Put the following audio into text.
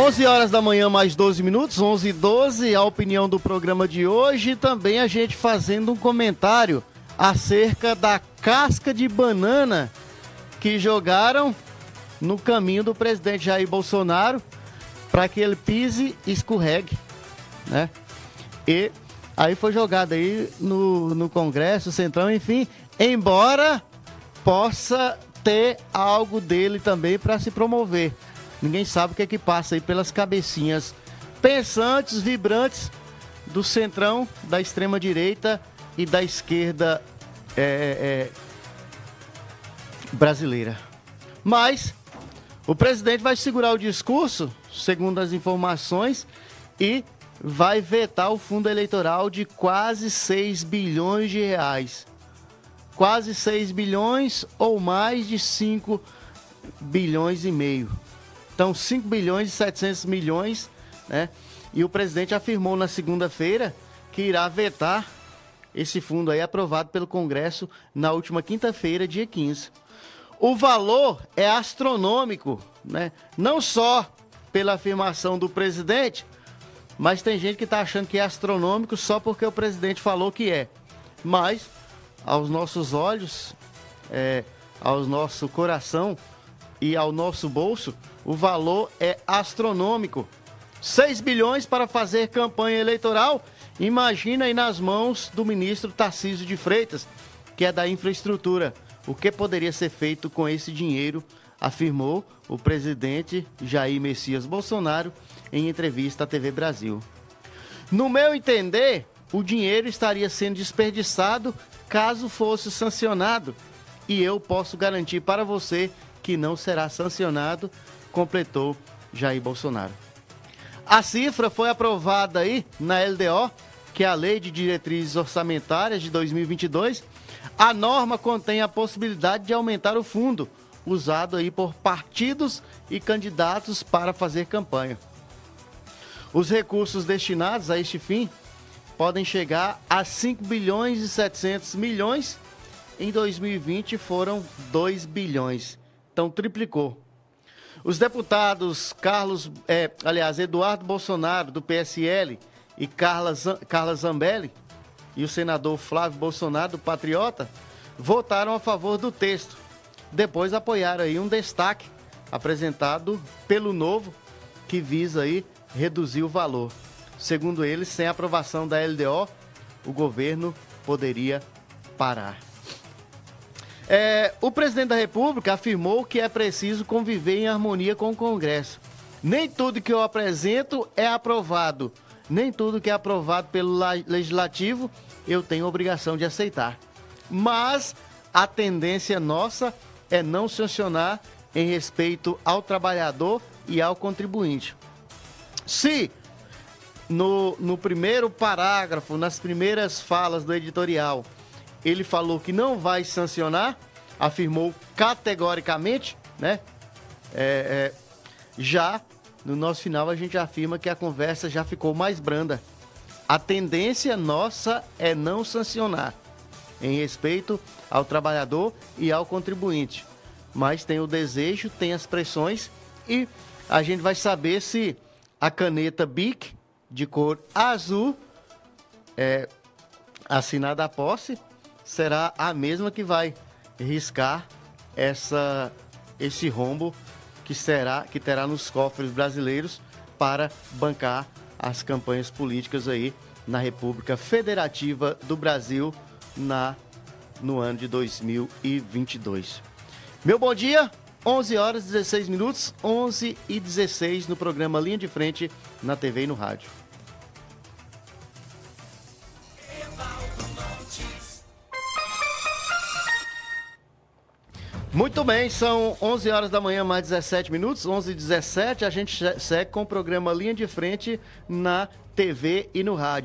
11 horas da manhã, mais 12 minutos, 11h12, a opinião do programa de hoje. Também a gente fazendo um comentário acerca da casca de banana que jogaram no caminho do presidente Jair Bolsonaro para que ele pise e escorregue, né? E aí foi jogado aí no Congresso, Centrão, enfim, embora possa ter algo dele também para se promover. Ninguém sabe o que é que passa aí pelas cabecinhas pensantes, vibrantes do Centrão, da extrema-direita e da esquerda brasileira. Mas o presidente vai segurar o discurso, segundo as informações, e vai vetar o fundo eleitoral de quase 6 bilhões de reais. Quase 6 bilhões ou mais de 5 bilhões e meio. Então, 5 bilhões e 700 milhões, né? E o presidente afirmou na segunda-feira que irá vetar esse fundo aí aprovado pelo Congresso na última quinta-feira, dia 15. O valor é astronômico, né? Não só pela afirmação do presidente, mas tem gente que está achando que é astronômico só porque o presidente falou que é. Mas, aos nossos olhos, ao nosso coração e ao nosso bolso, o valor é astronômico. 6 bilhões para fazer campanha eleitoral. Imagina aí nas mãos do ministro Tarcísio de Freitas, que é da infraestrutura. O que poderia ser feito com esse dinheiro, afirmou o presidente Jair Messias Bolsonaro em entrevista à TV Brasil. No meu entender, o dinheiro estaria sendo desperdiçado caso fosse sancionado. E eu posso garantir para você que não será sancionado, completou Jair Bolsonaro. A cifra foi aprovada aí na LDO, que é a Lei de Diretrizes Orçamentárias de 2022. A norma contém a possibilidade de aumentar o fundo, usado aí por partidos e candidatos para fazer campanha. Os recursos destinados a este fim podem chegar a 5 bilhões e 700 milhões. Em 2020 foram 2 bilhões. Então triplicou. Os deputados Eduardo Bolsonaro, do PSL, e Carla Zambelli, e o senador Flávio Bolsonaro, do Patriota, votaram a favor do texto. Depois apoiaram aí um destaque apresentado pelo Novo, que visa aí reduzir o valor. Segundo eles, sem a aprovação da LDO, o governo poderia parar. O presidente da República afirmou que é preciso conviver em harmonia com o Congresso. Nem tudo que eu apresento é aprovado. Nem tudo que é aprovado pelo Legislativo eu tenho obrigação de aceitar. Mas a tendência nossa é não sancionar em respeito ao trabalhador e ao contribuinte. Se no primeiro parágrafo, nas primeiras falas do editorial, ele falou que não vai sancionar, afirmou categoricamente, né? Já no nosso final a gente afirma que a conversa já ficou mais branda. A tendência nossa é não sancionar em respeito ao trabalhador e ao contribuinte. Mas tem o desejo, tem as pressões e a gente vai saber se a caneta BIC de cor azul, assinada a posse, será a mesma que vai riscar esse rombo que terá nos cofres brasileiros para bancar as campanhas políticas aí na República Federativa do Brasil no ano de 2022. Meu bom dia, 11 horas e 16 minutos, 11h16 no programa Linha de Frente na TV e no rádio. Muito bem, são 11 horas da manhã, mais 17 minutos, 11h17, a gente segue com o programa Linha de Frente na TV e no rádio.